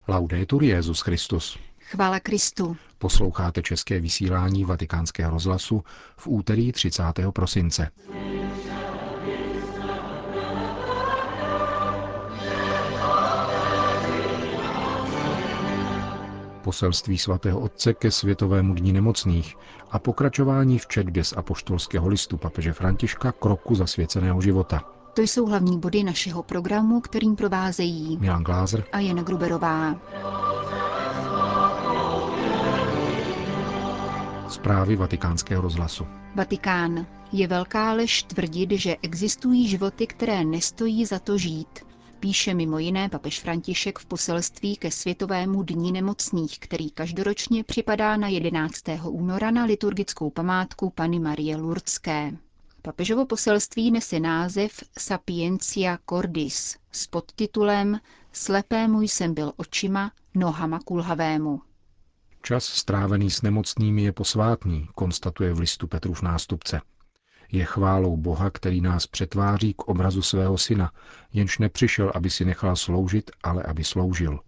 Laudetur Jesus Christus. Chvála Kristu. Posloucháte české vysílání Vatikánského rozhlasu v úterý 30. prosince. Poselství svatého otce ke Světovému dni nemocných a pokračování v četbě z apoštolského listu papeže Františka k roku zasvěceného života. To jsou hlavní body našeho programu, kterým provázejí Milan Glázer a Jana Gruberová. Zprávy Vatikánského rozhlasu. Vatikán. Je velká lež tvrdit, že existují životy, které nestojí za to žít. Píše mimo jiné papež František v poselství ke Světovému dni nemocných, který každoročně připadá na 11. února na liturgickou památku Panny Marie Lurdské. Papežovo poselství nese název Sapientia Cordis s podtitulem Slepému jsem byl očima, nohama kulhavému. Čas strávený s nemocnými je posvátný, konstatuje v listu Petrův nástupce. Je chválou Boha, který nás přetváří k obrazu svého syna, jenž nepřišel, aby si nechal sloužit, ale aby sloužil.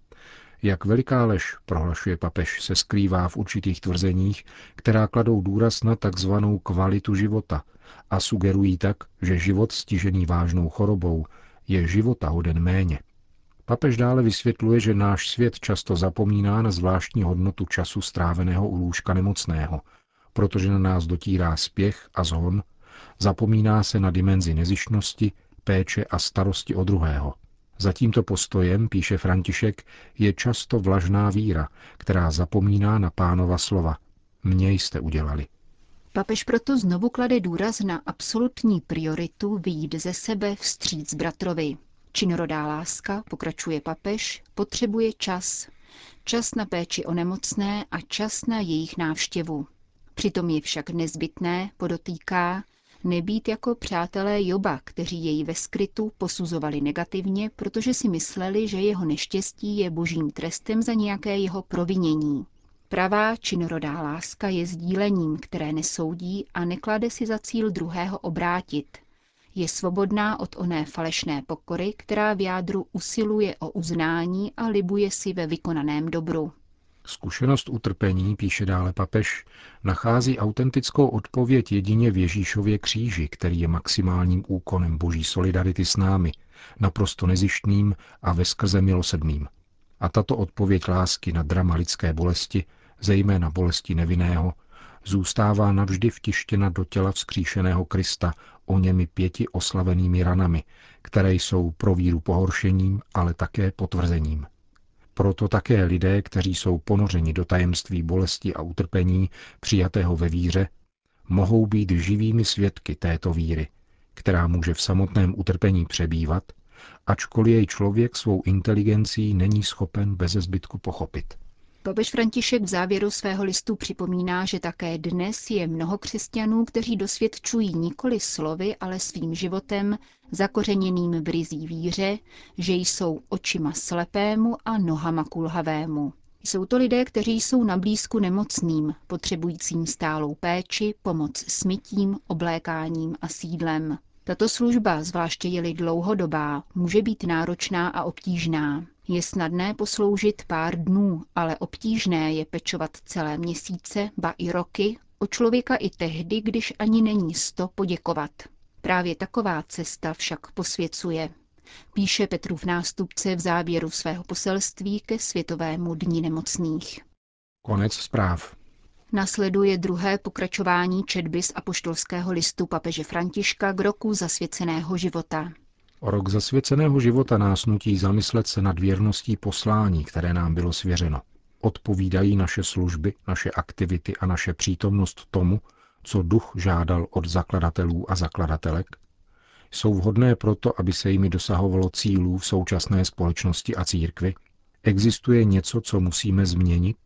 Jak veliká lež, prohlašuje papež, se skrývá v určitých tvrzeních, která kladou důraz na takzvanou kvalitu života a sugerují tak, že život stižený vážnou chorobou je života hoden méně. Papež dále vysvětluje, že náš svět často zapomíná na zvláštní hodnotu času stráveného u lůžka nemocného, protože na nás dotírá spěch a zhon, zapomíná se na dimenzi nezištnosti, péče a starosti o druhého. Za tímto postojem, píše František, je často vlažná víra, která zapomíná na Pánova slova. Mně jste udělali. Papež proto znovu klade důraz na absolutní prioritu vyjít ze sebe vstříc bratrovi. Činorodá láska, pokračuje papež, potřebuje čas. Čas na péči o nemocné a čas na jejich návštěvu. Přitom je však nezbytné, podotýká, nebýt jako přátelé Joba, kteří jej ve skrytu posuzovali negativně, protože si mysleli, že jeho neštěstí je božím trestem za nějaké jeho provinění. Pravá činorodá láska je sdílením, které nesoudí a neklade si za cíl druhého obrátit. Je svobodná od oné falešné pokory, která v jádru usiluje o uznání a libuje si ve vykonaném dobru. Zkušenost utrpení, píše dále papež, nachází autentickou odpověď jedině v Ježíšově kříži, který je maximálním úkonem boží solidarity s námi, naprosto nezištným a veskrze milosrdným. A tato odpověď lásky na drama lidské bolesti, zejména bolesti nevinného, zůstává navždy vtištěna do těla vzkříšeného Krista oněmi 5 oslavenými ranami, které jsou pro víru pohoršením, ale také potvrzením. Proto také lidé, kteří jsou ponořeni do tajemství bolesti a utrpení přijatého ve víře, mohou být živými svědky této víry, která může v samotném utrpení přebývat, ačkoliv jej člověk svou inteligencí není schopen beze zbytku pochopit. Papež František v závěru svého listu připomíná, že také dnes je mnoho křesťanů, kteří dosvědčují nikoli slovy, ale svým životem, zakořeněným v ryzí víře, že jsou očima slepému a nohama kulhavému. Jsou to lidé, kteří jsou na blízku nemocným, potřebujícím stálou péči, pomoc s mytím, oblékáním a sídlem. Tato služba, zvláště je-li dlouhodobá, může být náročná a obtížná. Je snadné posloužit pár dnů, ale obtížné je pečovat celé měsíce, ba i roky, o člověka i tehdy, když ani není 100 poděkovat. Právě taková cesta však posvěcuje. Píše Petrův nástupce v závěru svého poselství ke Světovému dni nemocných. Konec zpráv. Nasleduje druhé pokračování četby z apoštolského listu papeže Františka k roku zasvěceného života. Rok zasvěceného života nás nutí zamyslet se nad věrností poslání, které nám bylo svěřeno. Odpovídají naše služby, naše aktivity a naše přítomnost tomu, co duch žádal od zakladatelů a zakladatelek? Jsou vhodné proto, aby se jimi dosahovalo cílů v současné společnosti a církvi? Existuje něco, co musíme změnit?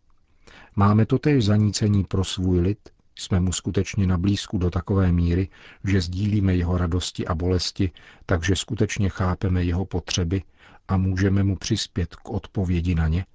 Máme totéž zanícení pro svůj lid? Jsme mu skutečně na blízku do takové míry, že sdílíme jeho radosti a bolesti, takže skutečně chápeme jeho potřeby a můžeme mu přispět k odpovědi na ně?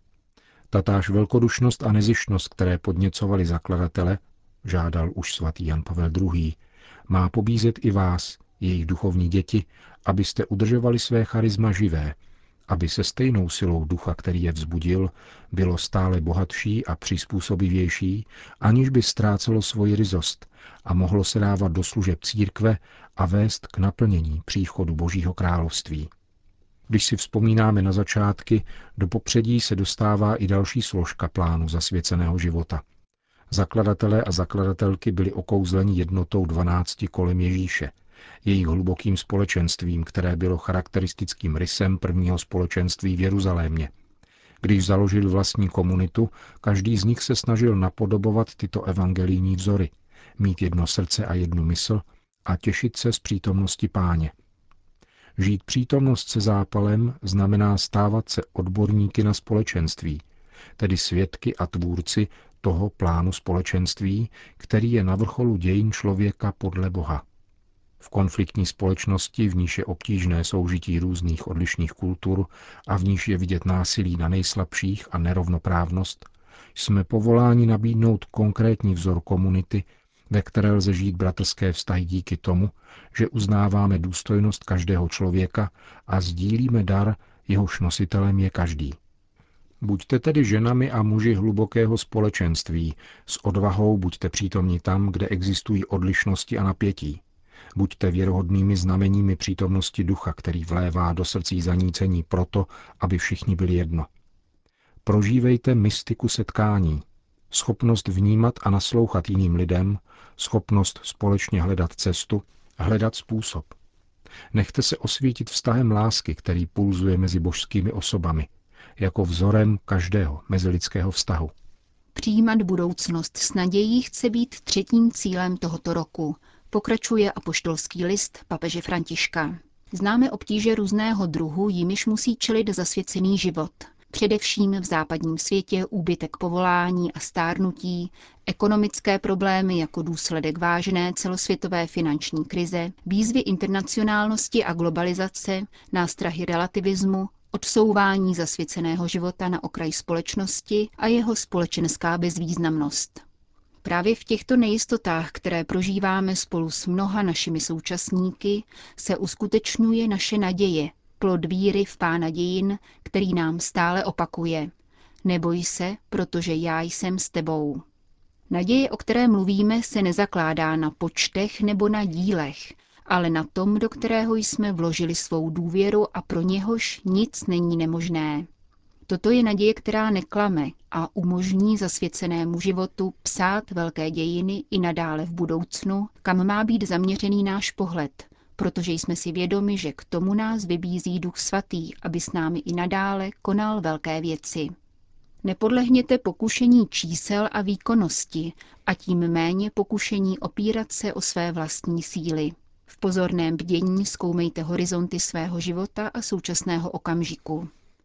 Tatáž velkodušnost a nezištnost, které podněcovali zakladatele, žádal už svatý Jan Pavel II., má pobízet i vás, jejich duchovní děti, abyste udržovali své charisma živé aby se stejnou silou ducha, který je vzbudil, bylo stále bohatší a přizpůsobivější, aniž by ztrácelo svoji ryzost a mohlo se dávat do služeb církve a vést k naplnění příchodu Božího království. Když si vzpomínáme na začátky, do popředí se dostává i další složka plánu zasvěceného života. Zakladatelé a zakladatelky byli okouzleni jednotou 12 kolem Ježíše, jejich hlubokým společenstvím, které bylo charakteristickým rysem prvního společenství v Jeruzalémě. Když založili vlastní komunitu, každý z nich se snažil napodobovat tyto evangelijní vzory, mít jedno srdce a jednu mysl a těšit se z přítomnosti Páně. Žít přítomnost se zápalem znamená stávat se odborníky na společenství, tedy svědky a tvůrci toho plánu společenství, který je na vrcholu dějin člověka podle Boha. V konfliktní společnosti, v níž je obtížné soužití různých odlišných kultur a v níž je vidět násilí na nejslabších a nerovnoprávnost, jsme povoláni nabídnout konkrétní vzor komunity, ve které lze žít bratrské vztahy díky tomu, že uznáváme důstojnost každého člověka a sdílíme dar, jehož nositelem je každý. Buďte tedy ženami a muži hlubokého společenství, s odvahou buďte přítomni tam, kde existují odlišnosti a napětí. Buďte věrohodnými znameními přítomnosti ducha, který vlévá do srdcí zanícení proto, aby všichni byli jedno. Prožívejte mystiku setkání, schopnost vnímat a naslouchat jiným lidem, schopnost společně hledat cestu, hledat způsob. Nechte se osvítit vztahem lásky, který pulzuje mezi božskými osobami, jako vzorem každého mezilidského vztahu. Přijímat budoucnost s nadějí chce být třetím cílem tohoto roku, pokračuje apoštolský list papeže Františka. Známe obtíže různého druhu, jimiž musí čelit zasvěcený život. Především v západním světě úbytek povolání a stárnutí, ekonomické problémy jako důsledek vážné celosvětové finanční krize, výzvy internacionálnosti a globalizace, nástrahy relativismu, odsouvání zasvěceného života na okraj společnosti a jeho společenská bezvýznamnost. Právě v těchto nejistotách, které prožíváme spolu s mnoha našimi současníky, se uskutečňuje naše naděje, plod víry v Pána dějin, který nám stále opakuje. Neboj se, protože já jsem s tebou. Naděje, o které mluvíme, se nezakládá na počtech nebo na dílech, ale na tom, do kterého jsme vložili svou důvěru a pro něhož nic není nemožné. Toto je naděje, která neklame a umožní zasvěcenému životu psát velké dějiny i nadále v budoucnu, kam má být zaměřený náš pohled, protože jsme si vědomi, že k tomu nás vybízí Duch Svatý, aby s námi i nadále konal velké věci. Nepodlehněte pokušení čísel a výkonnosti a tím méně pokušení opírat se o své vlastní síly. V pozorném bdění zkoumejte horizonty svého života a současného okamžiku.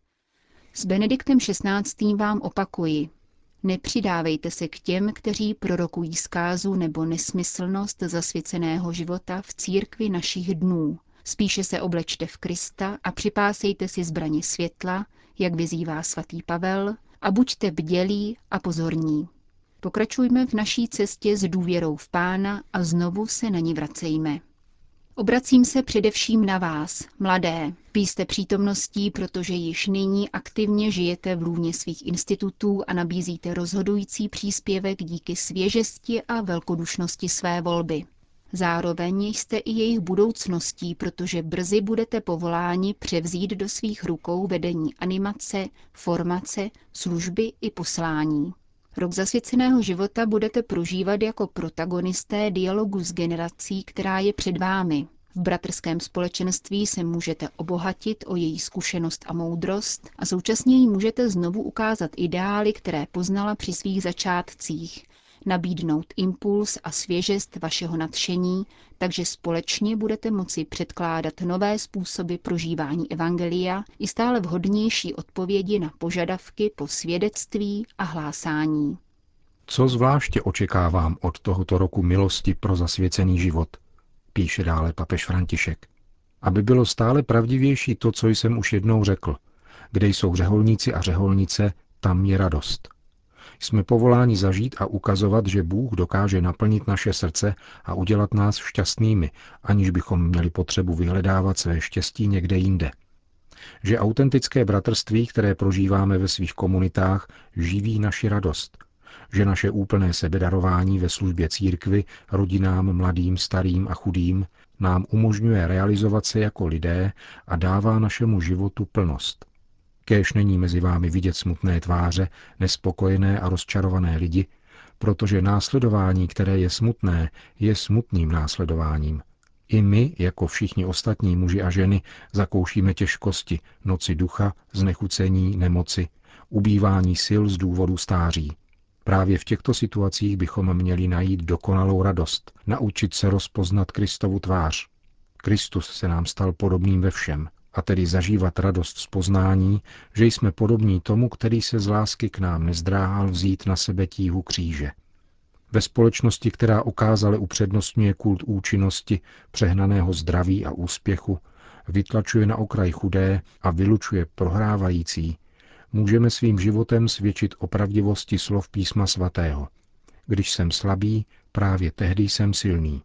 S Benediktem XVI. Vám opakuji, nepřidávejte se k těm, kteří prorokují zkázu nebo nesmyslnost zasvěceného života v církvi našich dnů. Spíše se oblečte v Krista a připásejte si zbraně světla, jak vyzývá svatý Pavel, a buďte bdělí a pozorní. Pokračujme v naší cestě s důvěrou v Pána a znovu se na ní vracejme. Obracím se především na vás, mladé. Vy jste přítomností, protože již nyní aktivně žijete v lůně svých institutů a nabízíte rozhodující příspěvek díky svěžesti a velkodušnosti své volby. Zároveň jste i jejich budoucností, protože brzy budete povoláni převzít do svých rukou vedení animace, formace, služby i poslání. Rok zasvěceného života budete prožívat jako protagonisté dialogu s generací, která je před vámi. V bratrském společenství se můžete obohatit o její zkušenost a moudrost a současně jí můžete znovu ukázat ideály, které poznala při svých začátcích, nabídnout impuls a svěžest vašeho nadšení, takže společně budete moci předkládat nové způsoby prožívání evangelia i stále vhodnější odpovědi na požadavky po svědectví a hlásání. Co zvláště očekávám od tohoto roku milosti pro zasvěcený život, píše dále papež František. Aby bylo stále pravdivější to, co jsem už jednou řekl. Kde jsou řeholníci a řeholnice, tam je radost. Jsme povoláni zažít a ukazovat, že Bůh dokáže naplnit naše srdce a udělat nás šťastnými, aniž bychom měli potřebu vyhledávat své štěstí někde jinde. že autentické bratrství, které prožíváme ve svých komunitách, živí naši radost, že naše úplné sebedarování ve službě církvi, rodinám, mladým, starým a chudým nám umožňuje realizovat se jako lidé a dává našemu životu plnost. Kéž není mezi vámi vidět smutné tváře, nespokojené a rozčarované lidi, protože následování, které je smutné, je smutným následováním. I my, jako všichni ostatní muži a ženy, zakoušíme těžkosti, noci ducha, znechucení, nemoci, ubývání sil z důvodu stáří. Právě v těchto situacích bychom měli najít dokonalou radost, naučit se rozpoznat Kristovu tvář. Kristus se nám stal podobným ve všem, a tedy zažívat radost z poznání, že jsme podobní tomu, který se z lásky k nám nezdráhal vzít na sebe tíhu kříže. Ve společnosti, která ukázale upřednostňuje kult účinnosti, přehnaného zdraví a úspěchu, vytlačuje na okraj chudé a vylučuje prohrávající, můžeme svým životem svědčit o pravdivosti slov Písma svatého. Když jsem slabý, právě tehdy jsem silný.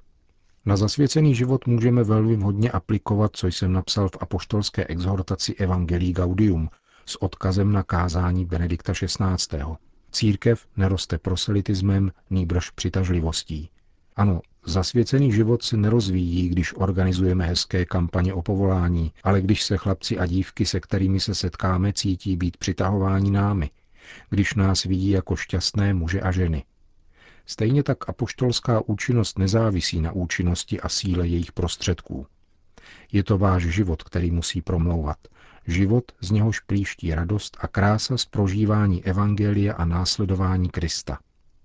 Na zasvěcený život můžeme velmi vhodně aplikovat, co jsem napsal v apoštolské exhortaci Evangelii Gaudium s odkazem na kázání Benedikta XVI. Církev neroste proselitismem, nýbrž přitažlivostí. Ano, zasvěcený život se nerozvíjí, když organizujeme hezké kampaně o povolání, ale když se chlapci a dívky, se kterými se setkáme, cítí být přitahováni námi, když nás vidí jako šťastné muže a ženy. Stejně tak apoštolská účinnost nezávisí na účinnosti a síle jejich prostředků. Je to váš život, který musí promlouvat. Život, z něhož plíští radost a krása z prožívání evangelia a následování Krista.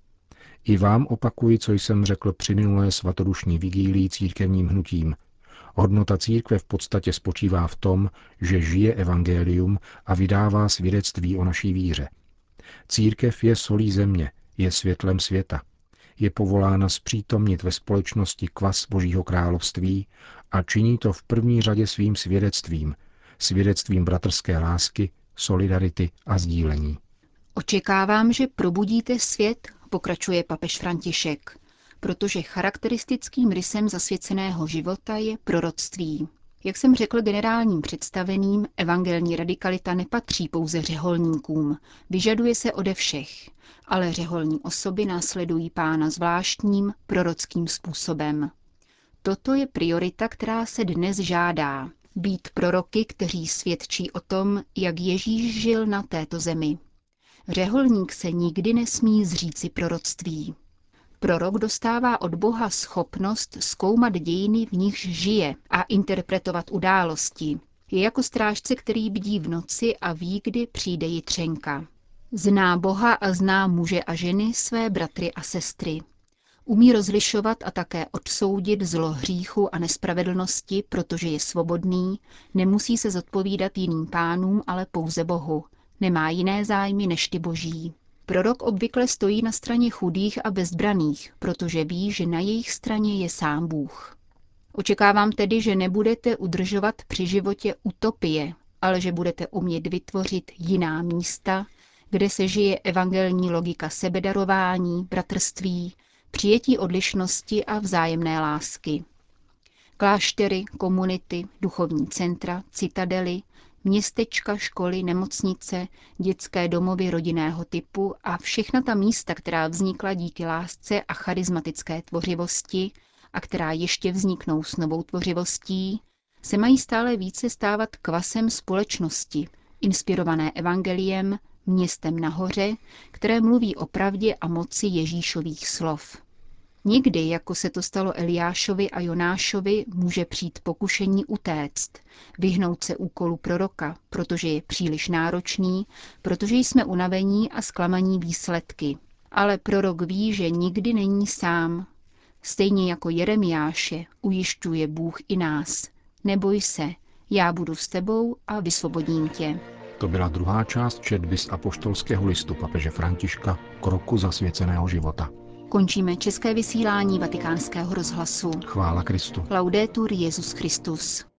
I vám opakuji, co jsem řekl při minulé svatodušní vigílii církevním hnutím. Hodnota církve v podstatě spočívá v tom, že žije evangelium a vydává svědectví o naší víře. Církev je solí země, je světlem světa. Je povolána zpřítomnit ve společnosti kvas Božího království a činí to v první řadě svým svědectvím bratrské lásky, solidarity a sdílení. Očekávám, že probudíte svět, pokračuje papež František, protože charakteristickým rysem zasvěceného života je proroctví. Jak jsem řekl generálním představeným, evangelní radikalita nepatří pouze řeholníkům, vyžaduje se ode všech, ale řeholní osoby následují Pána zvláštním prorockým způsobem. Toto je priorita, která se dnes žádá. Být proroky, kteří svědčí o tom, jak Ježíš žil na této zemi. Řeholník se nikdy nesmí zříci proroctví. Prorok dostává od Boha schopnost zkoumat dějiny, v nichž žije a interpretovat události. Je jako strážce, který bdí v noci a ví, kdy přijde jitřenka. Zná Boha a zná muže a ženy, své bratry a sestry. Umí rozlišovat a také odsoudit zlo hříchu a nespravedlnosti, protože je svobodný, nemusí se zodpovídat jiným pánům, ale pouze Bohu. Nemá jiné zájmy než ty boží. Prorok obvykle stojí na straně chudých a bezbraných, protože ví, že na jejich straně je sám Bůh. Očekávám tedy, že nebudete udržovat při životě utopie, ale že budete umět vytvořit jiná místa, kde se žije evangelní logika sebedarování, bratrství, přijetí odlišnosti a vzájemné lásky. Kláštery, komunity, duchovní centra, citadely, městečka, školy, nemocnice, dětské domovy rodinného typu a všechna ta místa, která vznikla díky lásce a charismatické tvořivosti a která ještě vzniknou s novou tvořivostí, se mají stále více stávat kvasem společnosti, inspirované evangeliem, městem nahoře, které mluví o pravdě a moci Ježíšových slov. Někdy, jako se to stalo Eliášovi a Jonášovi, může přijít pokušení utéct, vyhnout se úkolu proroka, protože je příliš náročný, protože jsme unavení a zklamaní výsledky. Ale prorok ví, že nikdy není sám. Stejně jako Jeremiáše ujišťuje Bůh i nás. Neboj se, já budu s tebou a vysvobodím tě. To byla druhá část četby z apoštolského listu papeže Františka k roku zasvěceného života. Končíme české vysílání Vatikánského rozhlasu. Chvála Kristu. Laudetur Jesus Christus.